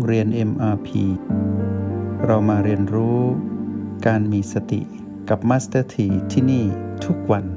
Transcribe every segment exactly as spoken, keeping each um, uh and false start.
เรียน เอ็ม อาร์ พี เรามาเรียนรู้การมีสติกับ Master T ที่ที่นี่ทุกวัน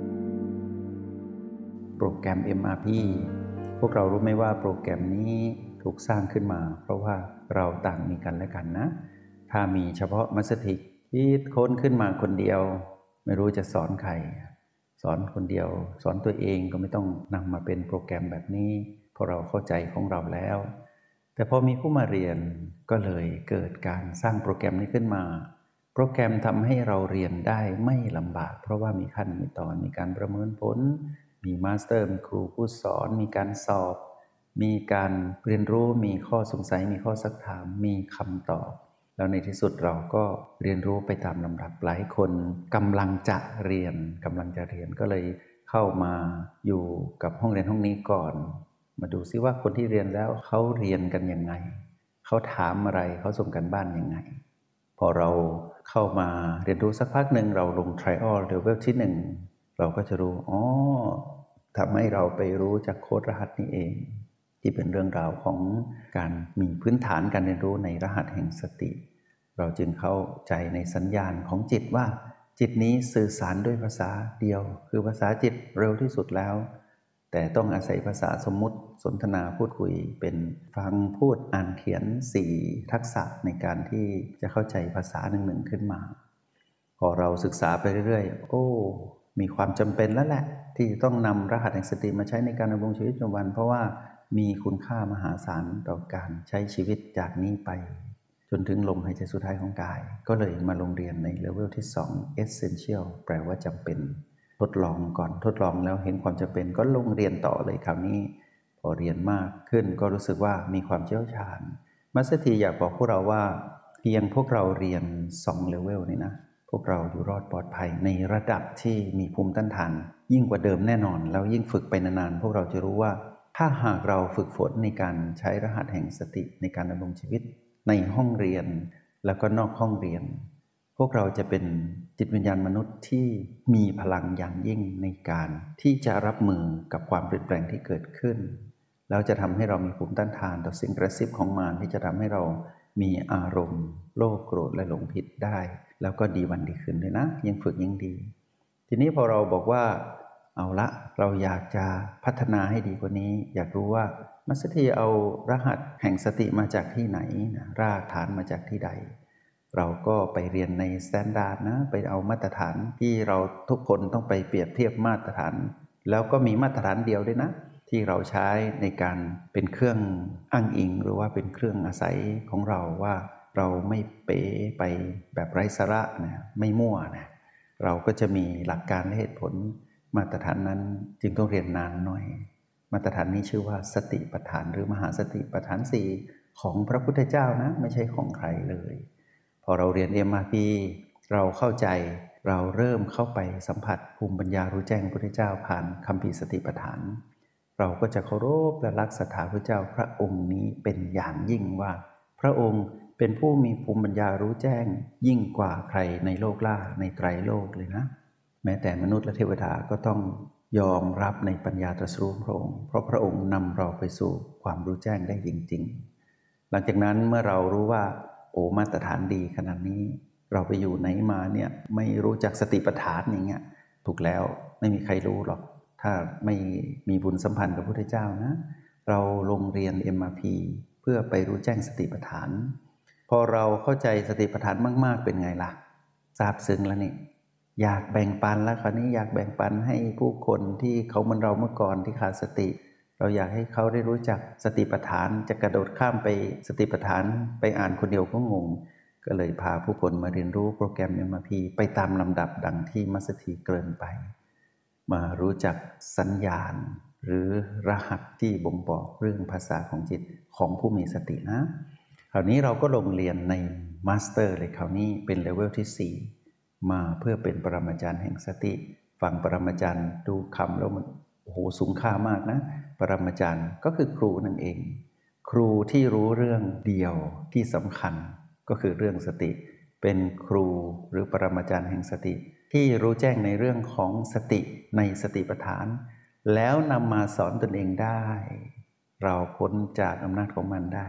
โปรแกรม เอ็ม อาร์ พี พวกเรารู้ไหมว่าโปรแกรมนี้ถูกสร้างขึ้นมาเพราะว่าเราต่างมีกันและกันนะถ้ามีเฉพาะ Master T คิดค้นขึ้นมาคนเดียวไม่รู้จะสอนใครสอนคนเดียวสอนตัวเองก็ไม่ต้องนำมาเป็นโปรแกรมแบบนี้เพราะเราเข้าใจของเราแล้วแต่พอมีผู้มาเรียนก็เลยเกิดการสร้างโปรแกรมนี้ขึ้นมาโปรแกรมทำให้เราเรียนได้ไม่ลำบากเพราะว่ามีขั้นมีตอนมีการประเมินผลมีมาสเตอร์มีครูผู้สอนมีการสอบมีการเรียนรู้มีข้อสงสัยมีข้อซักถามมีคำตอบแล้วในที่สุดเราก็เรียนรู้ไปตามลำดับหลายคนกำลังจะเรียนกำลังจะเรียนก็เลยเข้ามาอยู่กับห้องเรียนห้องนี้ก่อนมาดูซิว่าคนที่เรียนแล้วเขาเรียนกันยังไงเขาถามอะไรเขาส่งกันบ้านยังไงพอเราเข้ามาเรียนรู้สักพักหนึ่งเราลง trial level ที่หนึ่งเราก็จะรู้อ๋อทำให้เราไปรู้จากโค้ดรหัสนี้เองที่เป็นเรื่องราวของการมีพื้นฐานการเรียนรู้ในรหัสแห่งสติเราจึงเข้าใจในสัญญาณของจิตว่าจิตนี้สื่อสารด้วยภาษาเดียวคือภาษาจิตเร็วที่สุดแล้วแต่ต้องอาศัยภาษาสมมุติสนทนาพูดคุยเป็นฟังพูดอ่านเขียนสี่ทักษะในการที่จะเข้าใจภาษาหนึ่งๆขึ้นมาพอเราศึกษาไปเรื่อยๆโอ้มีความจำเป็นแล้วแหละที่ต้องนำรหัสแห่งสติมาใช้ในการดำรงชีวิตประจำวันเพราะว่ามีคุณค่ามหาศาลต่อการใช้ชีวิตจากนี้ไปจนถึงลมหายใจสุดท้ายของกายก็เลยมาลงเรียนในเลเวลที่สอง Essential แปลว่าจำเป็นทดลองก่อนทดลองแล้วเห็นความจำเป็นก็ลงเรียนต่อเลยคราวนี้พอเรียนมากขึ้นก็รู้สึกว่ามีความเชี่ยวชาญมัสเตอร์อยากบอกพวกเราว่าเพียงพวกเราเรียนสองเลเวลนี่นะพวกเราอยู่รอดปลอดภัยในระดับที่มีภูมิต้านทานยิ่งกว่าเดิมแน่นอนแล้วยิ่งฝึกไปนานๆพวกเราจะรู้ว่าถ้าหากเราฝึกฝนในการใช้รหัสแห่งสติในการดำรงชีวิตในห้องเรียนแล้วก็นอกห้องเรียนพวกเราจะเป็นจิตวิญญาณมนุษย์ที่มีพลังอย่างยิ่งในการที่จะรับมือกับความเปลี่ยนแปลงที่เกิดขึ้นแล้วจะทำให้เรามีภูมิต้านทานต่อสิ่งกระซิบของมารที่จะทำให้เรามีอารมณ์โลภโกรธและหลงผิดได้แล้วก็ดีวันดีคืนด้วยนะยิ่งฝึกยิ่งดีทีนี้พอเราบอกว่าเอาละเราอยากจะพัฒนาให้ดีกว่านี้อยากรู้ว่ามัสถีเอารหัสแห่งสติมาจากที่ไหนนะรากฐานมาจากที่ใดเราก็ไปเรียนในสแตนดาร์ดนะไปเอามาตรฐานที่เราทุกคนต้องไปเปรียบเทียบมาตรฐานแล้วก็มีมาตรฐานเดียวด้วยนะที่เราใช้ในการเป็นเครื่องอ้างอิงหรือว่าเป็นเครื่องอาศัยของเราว่าเราไม่เป๋ไปแบบไร้สาระนะไม่มั่วนะเราก็จะมีหลักการและเหตุผลมาตรฐานนั้นจึงต้องเรียนนานหน่อยมาตรฐานนี้ชื่อว่าสติปัฏฐานหรือมหาสติปัฏฐานสี่ของพระพุทธเจ้านะไม่ใช่ของใครเลยพอเราเรียน เอ็ม อาร์ พี เราเข้าใจเราเริ่มเข้าไปสัมผัสภูมิปัญญารู้แจ้งพระพุทธเจ้าผ่านคัมภีร์สติปัฏฐานเราก็จะเคารพและรักศรัทธาพระเจ้าพระองค์นี้เป็นอย่างยิ่งว่าพระองค์เป็นผู้มีภูมิปัญญารู้แจ้งยิ่งกว่าใครในโลกล่าในไตรโลกเลยนะแม้แต่มนุษย์และเทวดาก็ต้องยอมรับในปัญญาตรัสรู้พระองค์เพราะพระองค์นำเราไปสู่ความรู้แจ้งได้จริงๆหลังจากนั้นเมื่อเรารู้ว่าโอ้มาตรฐานดีขนาดนี้เราไปอยู่ไหนมาเนี่ยไม่รู้จักสติปัฏฐานอย่างเงี้ยถูกแล้วไม่มีใครรู้หรอกถ้าไม่มีบุญสัมพันธ์กับพระพุทธเจ้านะเราลงเรียน เอ็ม อาร์ พี เพื่อไปรู้แจ้งสติปัฏฐานพอเราเข้าใจสติปัฏฐานมากๆเป็นไงล่ะซาบซึ้งแล้วนี่อยากแบ่งปันแล้วคราวนี้อยากแบ่งปันให้ผู้คนที่เขาเหมือนเราเมื่อก่อนที่ขาดสติเราอยากให้เขาได้รู้จักสติปัฏฐานจะกระโดดข้ามไปสติปัฏฐานไปอ่านคนเดียวก็งงก็เลยพาผู้คนมาเรียนรู้โปรแกรม เอ็ม อาร์ พี ไปตามลำดับดังที่มัสถีเกริ่นไปมารู้จักสัญญาณหรือรหัสที่บ่งบอกเรื่องภาษาของจิตของผู้มีสตินะคราวนี้เราก็ลงเรียนในมาสเตอร์เลยคราวนี้เป็นเลเวลที่สี่มาเพื่อเป็นปรมาจารย์แห่งสติฟังปรมาจารย์ดูคำแล้วมันโอ้โหสูงค่ามากนะปรมาจารย์ก็คือครูนั่นเองครูที่รู้เรื่องเดียวที่สำคัญก็คือเรื่องสติเป็นครูหรือปรมาจารย์แห่งสติที่รู้แจ้งในเรื่องของสติในสติปัฏฐานแล้วนำมาสอนตนเองได้เราพ้นจากอำนาจของมันได้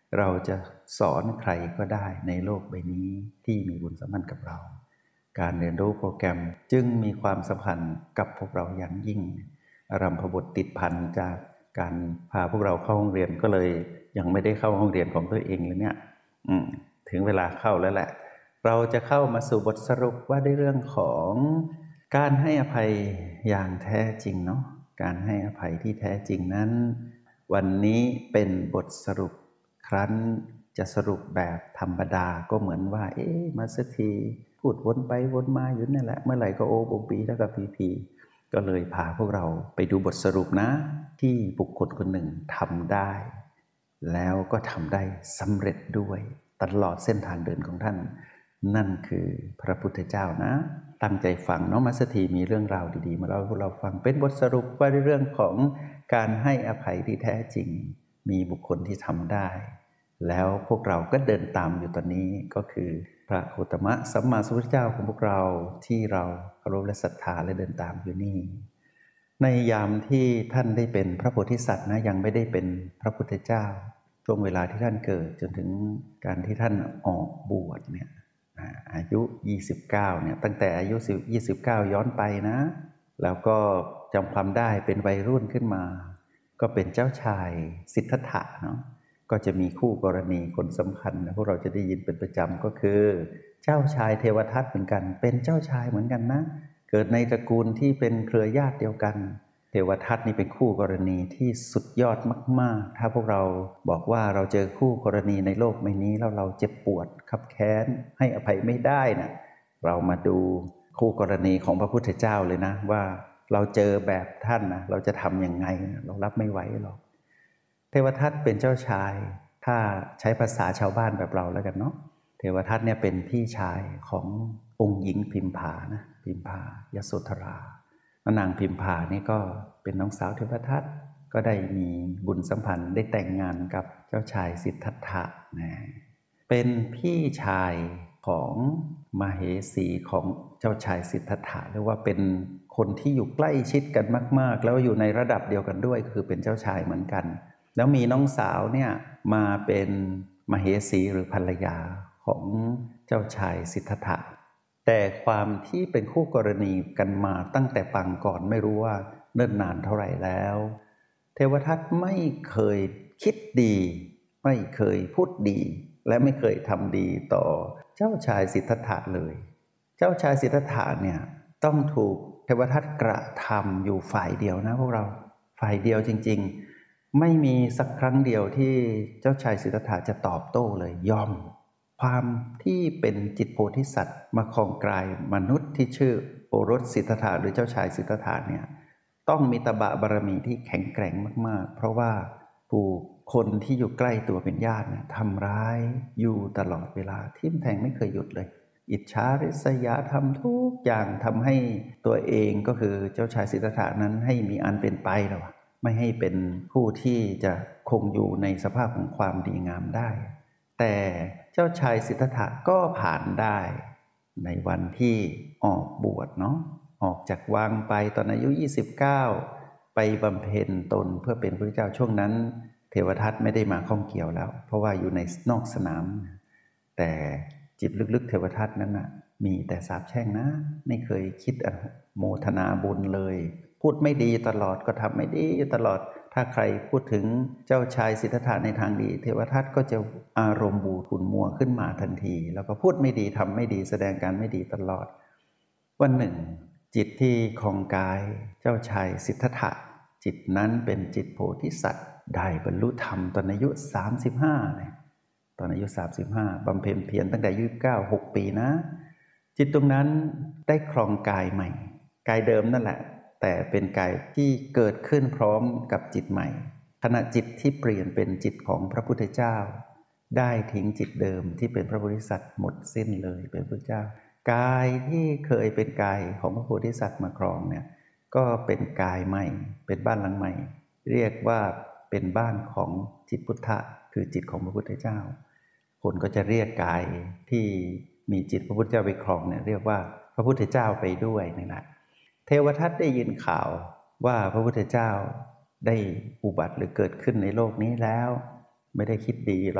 เราจะสอนใครก็ได้ในโลกใบนี้ที่มีบุญสัมพันธ์กับเราการเรียนรู้โปรแกรมจึงมีความสัมพันธ์กับพวกเราอย่างยิ่งอารัมภบทติดพันจากการพาพวกเราเข้าห้องเรียนก็เลยยังไม่ได้เข้าห้องเรียนของตัวเองเลยเนี่ยถึงเวลาเข้าแล้วแหละเราจะเข้ามาสู่บทสรุปว่าด้วยเรื่องของการให้อภัยอย่างแท้จริงเนาะการให้อภัยที่แท้จริงนั้นวันนี้เป็นบทสรุปครั้นจะสรุปแบบธรรมดาก็เหมือนว่าเอ๊ะมาสักทีพูดวนไปวนมาอยู่นั่นแหละเมื่อไหร่ก็โอบงปีแล้วก็พีพีก็เลยพาพวกเราไปดูบทสรุปนะที่บุคคลคนหนึ่งทำได้แล้วก็ทำได้สำเร็จด้วยตลอดเส้นทางเดินของท่านนั่นคือพระพุทธเจ้านะตั้งใจฟังเนาะมัสถีมีเรื่องราวดีๆมาเล่าให้พวกเราฟังเป็นบทสรุปว่าเรื่องของการให้อภัยที่แท้จริงมีบุคคลที่ทำได้แล้วพวกเราก็เดินตามอยู่ตอนนี้ก็คือพระโคตมะสัมมาสัมพุทธเจ้าของพวกเราที่เราเคารพและศรัทธาและเดินตามอยู่นี่ในยามที่ท่านได้เป็นพระโพธิสัตว์นะยังไม่ได้เป็นพระพุทธเจ้าช่วงเวลาที่ท่านเกิดจนถึงการที่ท่านออกบวชเนี่ยอายุยี่สิบเก้าเนี่ยตั้งแต่อายุยี่สิบเก้าย้อนไปนะแล้วก็จำความได้เป็นวัยรุ่นขึ้นมาก็เป็นเจ้าชายสิทธัตถะเนาะก็จะมีคู่กรณีคนสำคัญนะพวกเราจะได้ยินเป็นประจำก็คือเจ้าชายเทวทัตเหมือนกันเป็นเจ้าชายเหมือนกันนะเกิดในตระกูลที่เป็นเครือญาติเดียวกันเทวทัตนี่เป็นคู่กรณีที่สุดยอดมากๆถ้าพวกเราบอกว่าเราเจอคู่กรณีในโลกใบนี้แล้วเราเจ็บปวดคับแค้นให้อภัยไม่ได้นะเรามาดูคู่กรณีของพระพุทธเจ้าเลยนะว่าเราเจอแบบท่านนะเราจะทำยังไงเรารับไม่ไหวหรอกเทวทัตเป็นเจ้าชายถ้าใช้ภาษาชาวบ้านแบบเราแล้วกันเนาะเทวทัตเนี่ยเป็นพี่ชายขององค์หญิงพิมพานะพิมพายโสธรานางพิมพานี่ก็เป็นน้องสาวเทวทัตก็ได้มีบุญสัมพันธ์ได้แต่งงานกับเจ้าชายสิทธัตถะนะเป็นพี่ชายของมเหสีของเจ้าชายสิทธัตถะเรียกว่าเป็นคนที่อยู่ใกล้ชิดกันมากๆแล้วอยู่ในระดับเดียวกันด้วยคือเป็นเจ้าชายเหมือนกันแล้วมีน้องสาวเนี่ยมาเป็นมเหสีหรือภรรยาของเจ้าชายสิทธัตถะแต่ความที่เป็นคู่กรณีกันมาตั้งแต่ปางก่อนไม่รู้ว่าเนิ่นนานเท่าไหร่แล้วเทวทัตไม่เคยคิดดีไม่เคยพูดดีและไม่เคยทำดีต่อเจ้าชายสิทธัตถะเลยเจ้าชายสิทธัตถะเนี่ยต้องถูกเทวทัตกระทำอยู่ฝ่ายเดียวนะพวกเราฝ่ายเดียวจริงๆไม่มีสักครั้งเดียวที่เจ้าชายสิทธัตถะจะตอบโต้เลยยอมความที่เป็นจิตโพธิสัตว์มาครองกายมนุษย์ที่ชื่อโอรสสิทธัตถะหรือเจ้าชายสิทธัตถะเนี่ยต้องมีตบะบารมีที่แข็งแกร่งมากๆเพราะว่าถูกคนที่อยู่ใกล้ตัวเป็นญาติเนี่ยทำร้ายอยู่ตลอดเวลาทิ่มแทงไม่เคยหยุดเลยอิจฉาริษยาทำทุกอย่างทำให้ตัวเองก็คือเจ้าชายสิทธัตถะนั้นให้มีอันเป็นไปแล้วไม่ให้เป็นผู้ที่จะคงอยู่ในสภาพของความดีงามได้แต่เจ้าชายสิทธัตถะก็ผ่านได้ในวันที่ออกบวชเนาะออกจากวังไปตอนอายุยี่สิบเก้าไปบำเพ็ญตนเพื่อเป็นพระเจ้าช่วงนั้นเทวทัตไม่ได้มาข้องเกี่ยวแล้วเพราะว่าอยู่ในนอกสนามแต่จิตลึกๆเทวทัตนั้นนะมีแต่สาปแช่งนะไม่เคยคิดโมทนาบุญเลยพูดไม่ดีตลอดก็ทำไม่ดีตลอดถ้าใครพูดถึงเจ้าชายสิทธัตถะในทางดีเทวทัตก็จะอารมณ์บูดขุ่นมัวขึ้นมาทันทีแล้วก็พูดไม่ดีทำไม่ดีแสดงการไม่ดีตลอดวันหนึ่งจิตที่คลองกายเจ้าชายสิทธัตถะจิตนั้นเป็นจิตโพธิสัตว์ได้บรรลุธรรมตอนอายุสามสิบห้าเนี่ยตอนอายุสามสิบห้าบำเพ็ญเพียรตั้งแต่อายุยี่สิบเก้า หกปีนะจิตตรงนั้นได้ครองกายใหม่กายเดิมนั่นแหละแต่เป็นกายที่เกิดขึ้นพร้อมกับจิตใหม่ขณะจิตที่เปลี่ยนเป็นจิตของพระพุทธเจ้าได้ทิ้งจิตเดิมที่เป็นพระโพธิสัตว์หมดสิ้นเลยเป็นพระเจ้ากายที่เคยเป็นกายของพระโพธิสัตว์มาครองเนี่ยก็เป็นกายใหม่เป็นบ้านหลังใหม่เรียกว่าเป็นบ้านของจิตพุทธะคือจิตของพระพุทธเจ้าคนก็จะเรียกกายที่มีจิตพระพุทธเจ้าไปครองเนี่ยเรียกว่าพระพุทธเจ้าไปด้วยนี่แหละเทวทัตได้ยินข่าวว่าพระพุทธเจ้าได้อุบัติหรือเกิดขึ้นในโลกนี้แล้วไม่ได้คิดดีหรอก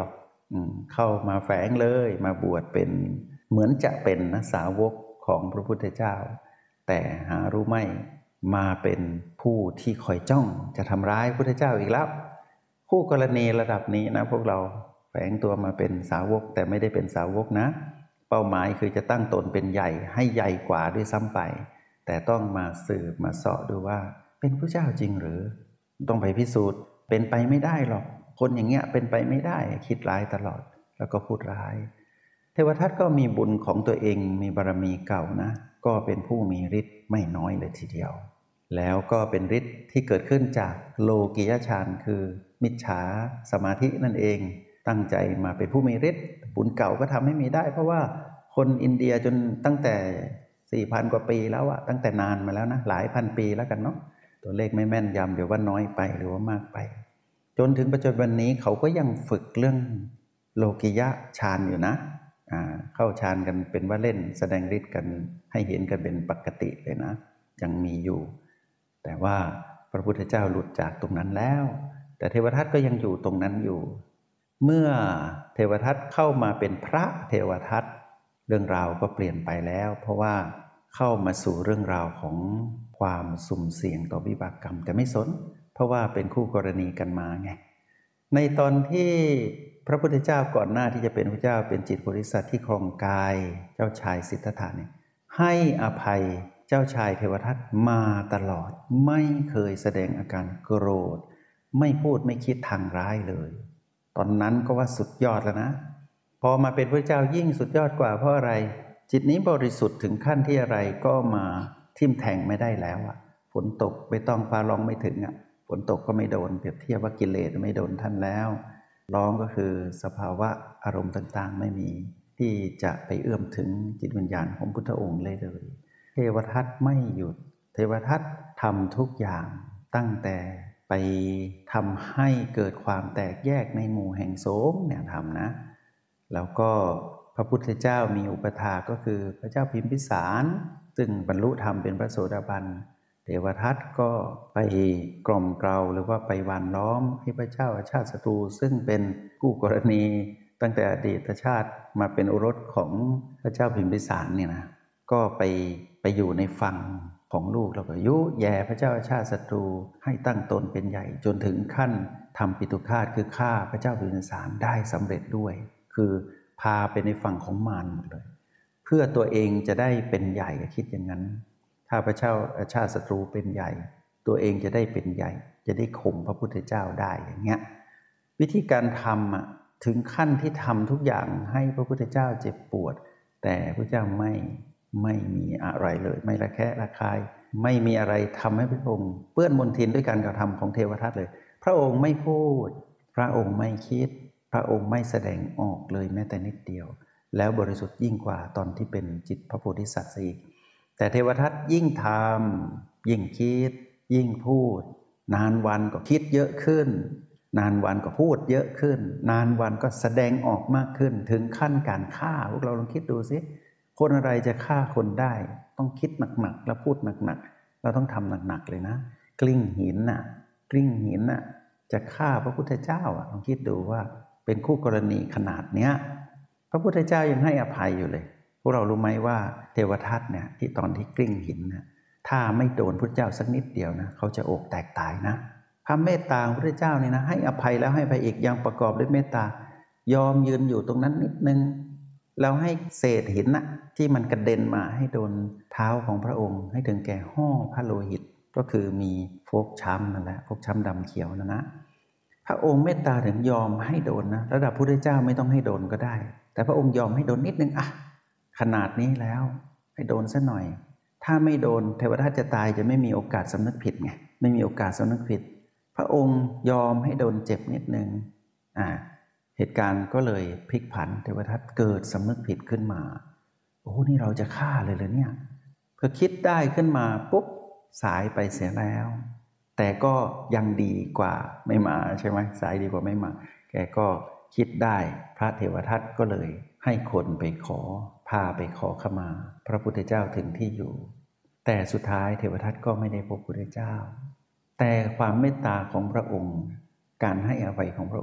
เข้ามาแฝงเลยมาบวชเป็นเหมือนจะเป็นนะสาวกของพระพุทธเจ้าแต่หารู้ไม่มาเป็นผู้ที่คอยจ้องจะทำร้ายพระพุทธเจ้าอีกแล้วคู่กรณีระดับนี้นะพวกเราแฝงตัวมาเป็นสาวกแต่ไม่ได้เป็นสาวกนะเป้าหมายคือจะตั้งตนเป็นใหญ่ให้ใหญ่กว่าด้วยซ้ำไปแต่ต้องมาสืบมาเสาะดูว่าเป็นพระเจ้าจริงหรือต้องไปพิสูจน์เป็นไปไม่ได้หรอกคนอย่างเงี้ยเป็นไปไม่ได้คิดร้ายตลอดแล้วก็พูดร้ายเทวทัตก็มีบุญของตัวเองมีบารมีเก่านะก็เป็นผู้มีฤทธิ์ไม่น้อยเลยทีเดียวแล้วก็เป็นฤทธิ์ที่เกิดขึ้นจากโลกิยฌานคือมิจฉาสมาธินั่นเองตั้งใจมาเป็นผู้มีฤทธิ์บุญเก่าก็ทำให้มีได้เพราะว่าคนอินเดียจนตั้งแต่ สี่พัน กว่าปีแล้วอะตั้งแต่นานมาแล้วนะหลายพันปีแล้วกันเนาะตัวเลขไม่แม่นยำเดี๋ยวว่าน้อยไปหรือว่ามากไปจนถึงปัจจุบันนี้เขาก็ยังฝึกเรื่องโลกิยฌานอยู่นะเข้าฌานกันเป็นว่าเล่นแสดงฤทธิ์กันให้เห็นกันเป็นปกติเลยนะยังมีอยู่แต่ว่าพระพุทธเจ้าหลุดจากตรงนั้นแล้วแต่เทวทัตก็ยังอยู่ตรงนั้นอยู่เมื่อเทวทัตเข้ามาเป็นพระเทวทัตเรื่องราวก็เปลี่ยนไปแล้วเพราะว่าเข้ามาสู่เรื่องราวของความสุ่มเสี่ยงต่อวิบากกรรมแต่ไม่สนเพราะว่าเป็นคู่กรณีกันมาไงในตอนที่พระพุทธเจ้าก่อนหน้าที่จะเป็นพระเจ้าเป็นจิตบริสัทธิ์ที่ครองกายเจ้าชายสิทธัตถะเนี่ยให้อภัยเจ้าชายเทวทัตมาตลอดไม่เคยแสดงอาการโกรธไม่พูดไม่คิดทางร้ายเลยตอนนั้นก็ว่าสุดยอดแล้วนะพอมาเป็นพระเจ้ายิ่งสุดยอดกว่าเพราะอะไรจิตนี้บริสุทธิ์ถึงขั้นที่อะไรก็มาทิ่มแทงไม่ได้แล้วอ่ะฝนตกไม่ต้องฟ้าร้องไม่ถึงอ่ะฝนตกก็ไม่โดนเปรียบเทียบว่ากิเลสไม่โดนท่านแล้วร้องก็คือสภาวะอารมณ์ต่างๆไม่มีที่จะไปเอื้อมถึงจิตวิญญาณของพุทธองค์เลยเลยเทวทัตไม่หยุดเทวทัตทำทุกอย่างตั้งแต่ไปทำให้เกิดความแตกแยกในหมู่แห่งสงฆ์เนี่ยทำนะแล้วก็พระพุทธเจ้ามีอุปถาก็คือพระเจ้าพิมพิสารซึ่งบรรลุธรรมเป็นพระโสดาบันเทวทัตก็ไปกล่อมเกลาหรือว่าไปหว่านล้อมให้พระเจ้าอาชาติศัตรูซึ่งเป็นคู่กรณีตั้งแต่อดีตชาติมาเป็นโอรสของพระเจ้าพิมพิสารเนี่ยนะก็ไปไปอยู่ในฝั่งของลูกแล้วก็ยุแย่พระเจ้าอาชาติศัตรูให้ตั้งตนเป็นใหญ่จนถึงขั้นทำปิตุฆาตคือฆ่าพระเจ้าพิมพิสารได้สำเร็จด้วยคือพาไปในฝั่งของมารหมดเลยเพื่อตัวเองจะได้เป็นใหญ่คิดอย่างนั้นถ้าพระเจ้าอาชาติศัตรูเป็นใหญ่ตัวเองจะได้เป็นใหญ่จะได้ข่มพระพุทธเจ้าได้อย่างเงี้ยวิธีการทำอ่ะถึงขั้นที่ทำทุกอย่างให้พระพุทธเจ้าเจ็บปวดแต่พระเจ้าไม่ไม่มีอะไรเลยไม่ระแคะระคายไม่มีอะไรทำให้พระองค์เปื้อนมลทินด้วยการกระทำของเทวทัตเลยพระองค์ไม่พูดพระองค์ไม่คิดพระองค์ไม่แสดงออกเลยแม้แต่นิดเดียวแล้วบริสุทธิ์ยิ่งกว่าตอนที่เป็นจิตพระโพธิสัตว์อีกแต่เทวทัตยิ่งทำยิ่งคิดยิ่งพูดนานวันก็คิดเยอะขึ้นนานวันก็พูดเยอะขึ้นนานวันก็แสดงออกมากขึ้นถึงขั้นการฆ่าพวกเราลองคิดดูสิคนอะไรจะฆ่าคนได้ต้องคิดหนักๆแล้วพูดหนักๆเราต้องทำหนักๆเลยนะกลิ้งหินน่ะกลิ้งหินน่ะจะฆ่าพระพุทธเจ้าอ่ะลองคิดดูว่าเป็นคู่กรณีขนาดเนี้ยพระพุทธเจ้ายังให้อภัยอยู่เลยพวกเรารู้ไหมว่าเทวทัตเนี่ยที่ตอนที่กลิ้งหินนะถ้าไม่โดนพระเจ้าสักนิดเดียวนะเขาจะอกแตกตายนะพระเมตตาของพระเจ้านี่นะให้อภัยแล้วให้อภัยอีกยังประกอบด้วยเมตตายอมยืนอยู่ตรงนั้นนิดนึงแล้วให้เศษหินนะที่มันกระเด็นมาให้โดนเท้าของพระองค์ให้ถึงแก่ห่อพระโลหิตก็คือมีฟกช้ำนั่นแหละฟกช้ำดำเขียวนะนะพระองค์เมตตาถึงยอมให้โดนนะระดับพระพุทธเจ้าไม่ต้องให้โดนก็ได้แต่พระองค์ยอมให้โดนนิดนึงอะขนาดนี้แล้วให้โดนซะหน่อยถ้าไม่โดนเทวทัตจะตายจะไม่มีโอกาสสำนึกผิดไงไม่มีโอกาสสำนึกผิดพระองค์ยอมให้โดนเจ็บนิดนึงอ่าเหตุการณ์ก็เลยพลิกผันเทวทัตเกิดสำนึกผิดขึ้นมาโอ้นี่เราจะฆ่าเลยเหรอเนี่ยพอคิดได้ขึ้นมาปุ๊บสายไปเสียแล้วแต่ก็ยังดีกว่าไม่มาใช่ไหมสายดีกว่าไม่มาแกก็คิดได้พระเทวทัตก็เลยให้คนไปขอพาไปขอขมาพระพุทธเจ้าถึงที่อยู่แต่สุดท้ายเทวทัตก็ไม่ได้พบพระพุทธเจ้าแต่ความเมตตาของพระองค์การให้อภัยของพระองค์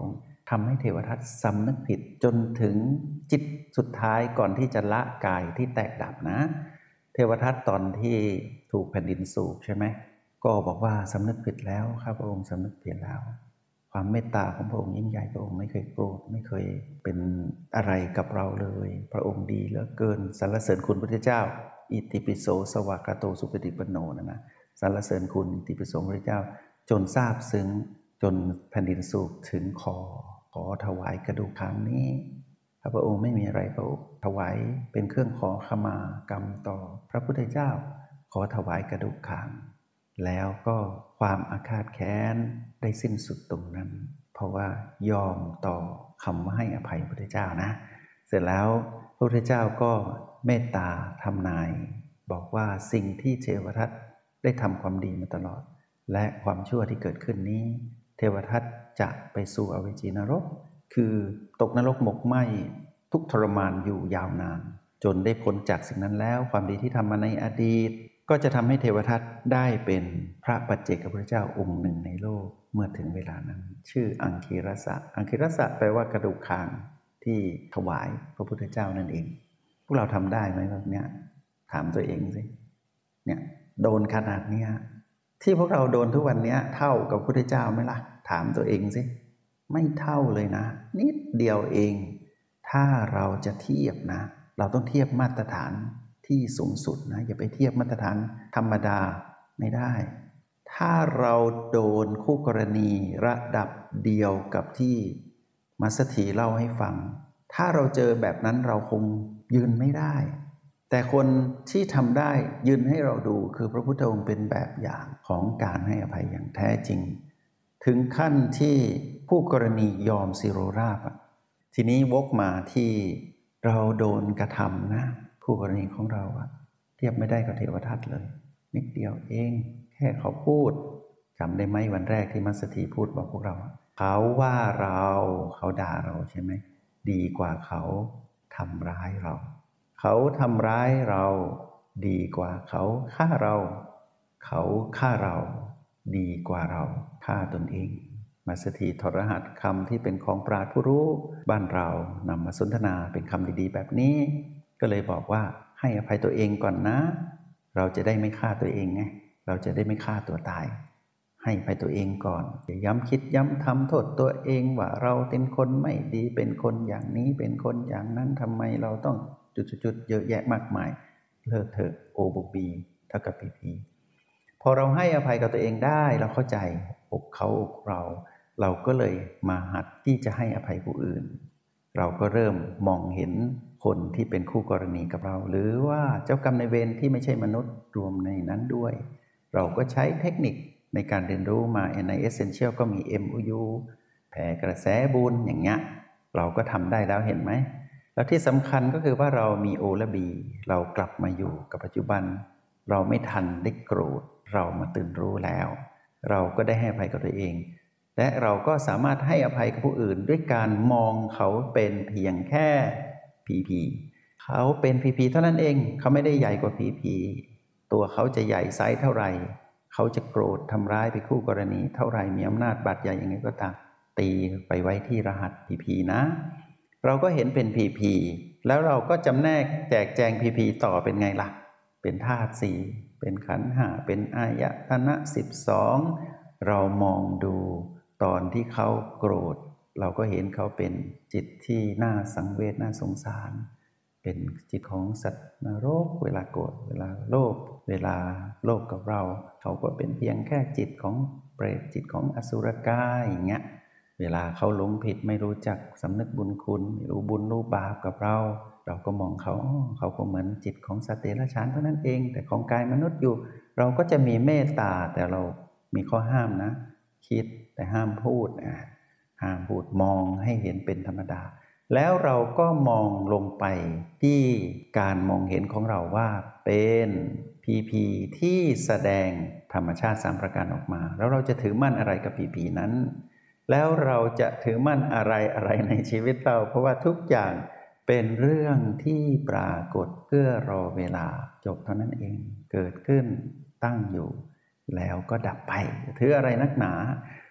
ทำให้เทวทัตสำนึกผิดจนถึงจิตสุดท้ายก่อนที่จะละกายที่แตกดับนะเทวทัตตอนที่ถูกแผ่นดินสูบใช่ไหมก็บอกว่าสำนึกผิดแล้วข้าพระองค์สำนึกผิดแล้วความเมตตาของพระองค์ยิ่งใหญ่พระองค์ไม่เคยโกรธไม่เคยเป็นอะไรกับเราเลยพระองค์ดีเหลือเกินสรรเสริญคุณพระพุทธเจ้าอิติปิโสสวากาโตสุปฏิปันโนนะนะสรรเสริญคุณอิติปิโสพระพุทธเจ้าจนซาบซึ้งจนแผ่นดินสูบถึงคอขอถวายกระดูกขางนี้ข้าพระองค์ไม่มีอะไรพระองค์ถวายเป็นเครื่องขอขมากรรมต่อพระพุทธเจ้าขอถวายกระดูกขางแล้วก็ความอาฆาตแค้นได้สิ้นสุดตรงนั้นเพราะว่ายอมต่อคำว่าให้อภัยพระพุทธเจ้านะเสร็จแล้วพระพุทธเจ้าก็เมตตาทำนายบอกว่าสิ่งที่เทวทัตได้ทำความดีมาตลอดและความชั่วที่เกิดขึ้นนี้เทวทัตจะไปสู่อเวจีนรกคือตกนรกหมกไหม้ทุกข์ทรมานอยู่ยาวนานจนได้พ้นจากสิ่งนั้นแล้วความดีที่ทำมาในอดีตก็จะทำให้เทวทัตได้เป็นพระปัจเจกพุทธเจ้าองค์หนึ่งในโลกเมื่อถึงเวลานั้นชื่ออังคีรสะอังคีรสะแปลว่ากระดูกคางที่ถวายพระพุทธเจ้านั่นเองพวกเราทำได้ไหมแบบเนี้ยถามตัวเองสิเนี่ยโดนขนาดเนี้ยที่พวกเราโดนทุกวันนี้เท่ากับพระพุทธเจ้าไหมล่ะถามตัวเองสิไม่เท่าเลยนะนิดเดียวเองถ้าเราจะเทียบนะเราต้องเทียบมาตรฐานที่สูงสุดนะอย่าไปเทียบมาตรฐานธรรมดาไม่ได้ถ้าเราโดนคู่กรณีระดับเดียวกับที่มัสถีเล่าให้ฟังถ้าเราเจอแบบนั้นเราคงยืนไม่ได้แต่คนที่ทำได้ยืนให้เราดูคือพระพุทธองค์เป็นแบบอย่างของการให้อภัยอย่างแท้จริงถึงขั้นที่ผู้กรณียอมสิโรราบทีนี้วกมาที่เราโดนกระทำนะคู่กรณีของเราอะเทียบไม่ได้กับเทวทัตเลยนิดเดียวเองแค่เขาพูดจำได้ไหมวันแรกที่มัสถีพูดบอกพวกเราเขาว่าเราเขาด่าเราใช่ไหมดีกว่าเขาทำร้ายเราเขาทำร้ายเราดีกว่าเขาฆ่าเราเขาฆ่าเราดีกว่าเราฆ่าตนเองมัสถีทรหัสคำที่เป็นของปราชญ์ผู้รู้บ้านเรานำมาสนทนาเป็นคำดีๆแบบนี้ก็เลยบอกว่าให้อภัยตัวเองก่อนนะเราจะได้ไม่ฆ่าตัวเองไงเราจะได้ไม่ฆ่าตัวตายให้อภัยตัวเองก่อนอย่าย้ำคิดย้ำทำโทษตัวเองว่าเราเป็นคนไม่ดีเป็นคนอย่างนี้เป็นคนอย่างนั้นทำไมเราต้องจุดๆๆเยอะแยะมากมายเลิกเถอะโอบุบีเท่ากับพีพีพอเราให้อภัยกับตัวเองได้เราเข้าใจอกเขาอกเราเราก็เลยมาหัดที่จะให้อภัยผู้อื่นเราก็เริ่มมองเห็นคนที่เป็นคู่กรณีกับเราหรือว่าเจ้ากรรมนายเวรที่ไม่ใช่มนุษย์รวมในนั้นด้วยเราก็ใช้เทคนิคในการเรียนรู้มาใน Essential ก็มี เอ็ม โอ ยู แผ่กระแสบุญอย่างเงี้ยเราก็ทำได้แล้วเห็นไหมแล้วที่สำคัญก็คือว่าเรามี O และ B เรากลับมาอยู่กับปัจจุบันเราไม่ทันได้โกรธเรามาตื่นรู้แล้วเราก็ได้ให้อภัยกับตัวเองและเราก็สามารถให้อภัยกับผู้อื่นด้วยการมองเขาเป็นเพียงแค่ พี พี เขาเป็น พี พี เท่านั้นเองเขาไม่ได้ใหญ่กว่า พี พี ตัวเขาจะใหญ่ไซส์เท่าไหร่เขาจะโกรธทำร้ายไปคู่กรณีเท่าไหร่มีอำนาจบาดใหญ่ยังไงก็ตามตีไปไว้ที่รหัส พี พี นะเราก็เห็นเป็น พี พี แล้วเราก็จำแนกแจกแจง พี พี ต่อเป็นไงล่ะเป็นธาตุสี่เป็นขันธ์ห้าเป็นอายตนะสิบสองเรามองดูตอนที่เขาโกรธเราก็เห็นเขาเป็นจิตที่น่าสังเวชน่าสงสารเป็นจิตของสัตว์นรกเวลาโกรธเวลาโลภเวลาโลภกับเราเขาก็เป็นเพียงแค่จิตของเปรตจิตของอสุรกายอย่างเงี้ยเวลาเขาหลงผิดไม่รู้จักสำนึกบุญคุณไม่รู้บุญรู้บาปกับเราเราก็มองเขาเขาก็เหมือนจิตของสัตว์เดรัจฉานเท่านั้นเองแต่ของกายมนุษย์อยู่เราก็จะมีเมตตาแต่เรามีข้อห้ามนะคิดแต่ห้ามพูดนะห้ามพูดมองให้เห็นเป็นธรรมดาแล้วเราก็มองลงไปที่การมองเห็นของเราว่าเป็น พี พี ที่แสดงธรรมชาติสามประการออกมาแล้วเราจะถือมั่นอะไรกับ พี พี นั้นแล้วเราจะถือมั่นอะไรอะไรในชีวิตเราเพราะว่าทุกอย่างเป็นเรื่องที่ปรากฏเพื่อรอเวลาจบเท่านั้นเองเกิดขึ้นตั้งอยู่แล้วก็ดับไปถืออะไรนักหนา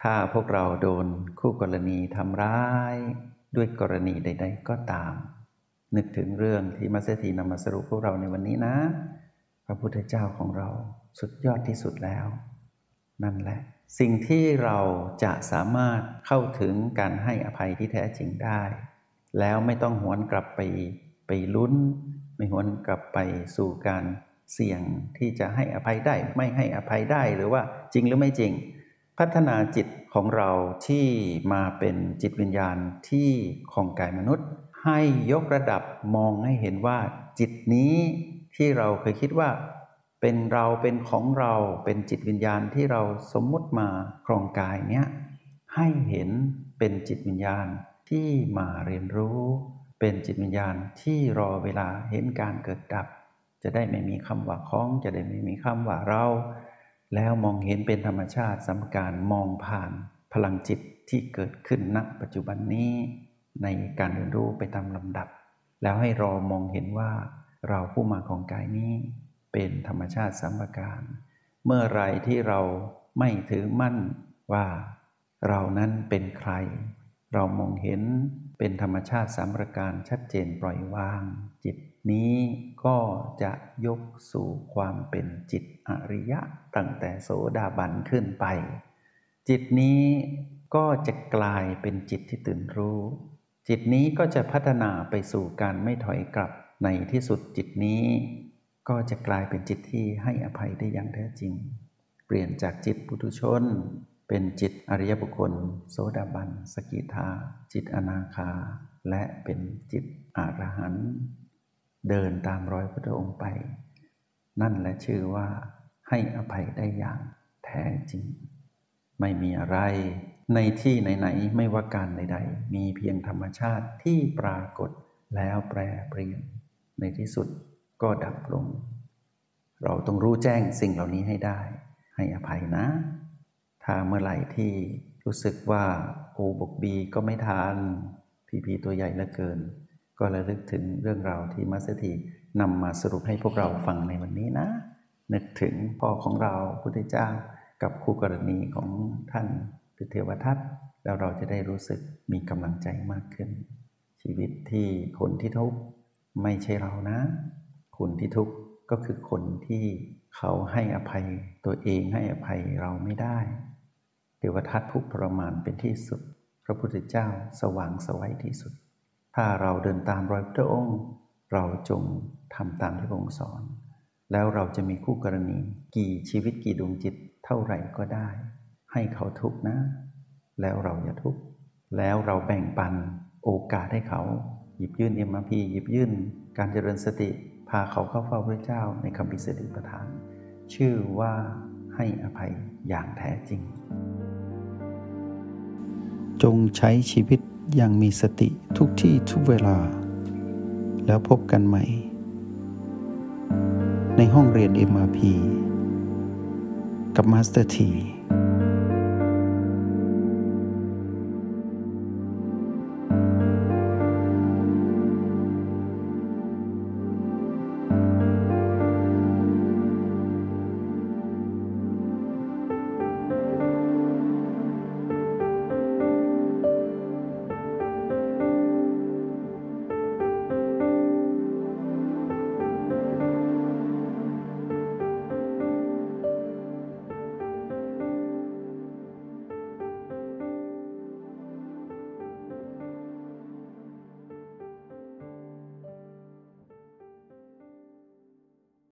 ถ้าพวกเราโดนคู่กรณีทำร้ายด้วยกรณีใดๆก็ตามนึกถึงเรื่องที่มัสเตอร์ทีนำมาสรุปพวกเราในวันนี้นะพระพุทธเจ้าของเราสุดยอดที่สุดแล้วนั่นแหละสิ่งที่เราจะสามารถเข้าถึงการให้อภัยที่แท้จริงได้แล้วไม่ต้องหวนกลับไปไปลุ้นไม่หวนกลับไปสู่การเสี่ยงที่จะให้อภัยได้ไม่ให้อภัยได้หรือว่าจริงหรือไม่จริงพัฒนาจิตของเราที่มาเป็นจิตวิญญาณที่ของกายมนุษย์ให้ยกระดับมองให้เห็นว่าจิตนี้ที่เราเคยคิดว่าเป็นเราเป็นของเราเป็นจิตวิญญาณที่เราสมมุติมาครองกายเนี้ยให้เห็นเป็นจิตวิญญาณที่มาเรียนรู้เป็นจิตวิญญาณที่รอเวลาเห็นการเกิดดับจะได้ไม่มีคำว่าของจะได้ไม่มีคำว่าเราแล้วมองเห็นเป็นธรรมชาติสัมการมองผ่านพลังจิตที่เกิดขึ้นณปัจจุบันนี้ในการเรียนรู้ไปตามลำดับแล้วให้รอมองเห็นว่าเราผู้มาของกายนี้เป็นธรรมชาติสัมการเมื่อไรที่เราไม่ถือมั่นว่าเรานั้นเป็นใครเรามองเห็นเป็นธรรมชาติสามประการชัดเจนปล่อยวางจิตนี้ก็จะยกสู่ความเป็นจิตอริยะตั้งแต่โสดาบันขึ้นไปจิตนี้ก็จะกลายเป็นจิตที่ตื่นรู้จิตนี้ก็จะพัฒนาไปสู่การไม่ถอยกลับในที่สุดจิตนี้ก็จะกลายเป็นจิตที่ให้อภัยได้อย่างแท้จริงเปลี่ยนจากจิตปุถุชนเป็นจิตอริยบุคคลโสดาบันสกิทาจิตอนาคาและเป็นจิตอรหันต์เดินตามรอยพระองค์ไปนั่นแหละชื่อว่าให้อภัยได้อย่างแท้จริงไม่มีอะไรในที่ไหนๆไม่ว่าการใดๆมีเพียงธรรมชาติที่ปรากฏแล้วแปรเปลี่ยนในที่สุดก็ดับลงเราต้องรู้แจ้งสิ่งเหล่านี้ให้ได้ให้อภัยนะถ้าเมื่อไหร่ที่รู้สึกว่าโอบกบีก็ไม่ทานพีพีตัวใหญ่เหลือเกินก็ระลึกถึงเรื่องราวที่มัสเตอร์ทีนำมาสรุปให้พวกเราฟังในวันนี้นะนึกถึงพ่อของเราพุทธเจ้ากับคู่กรณีของท่านคือเทวทัตแล้วเราจะได้รู้สึกมีกำลังใจมากขึ้นชีวิตที่คนที่ทุกข์ไม่ใช่เรานะคนที่ทุกข์ก็คือคนที่เขาให้อภัยตัวเองให้อภัยเราไม่ได้เทวทัตทุกข์ทรมานเป็นที่สุดพระพุทธเจ้าสว่างไสวที่สุดถ้าเราเดินตามรอยพระองค์เราจงทำตามที่พระองค์สอนแล้วเราจะมีคู่กรณีกี่ชีวิตกี่ดวงจิตเท่าไหร่ก็ได้ให้เขาทุกข์นะแล้วเราอย่าทุกข์แล้วเราแบ่งปันโอกาสให้เขาหยิบยื่น เอ็ม อาร์ พี หยิบยื่นการเจริญสติพาเขาเข้าเฝ้าพระเจ้าในคำพิเศษประทานชื่อว่าให้อภัยอย่างแท้จริงจงใช้ชีวิตอย่างมีสติทุกที่ทุกเวลาแล้วพบกันใหม่ในห้องเรียน เอ็ม อาร์ พี กับมาสเตอร์ที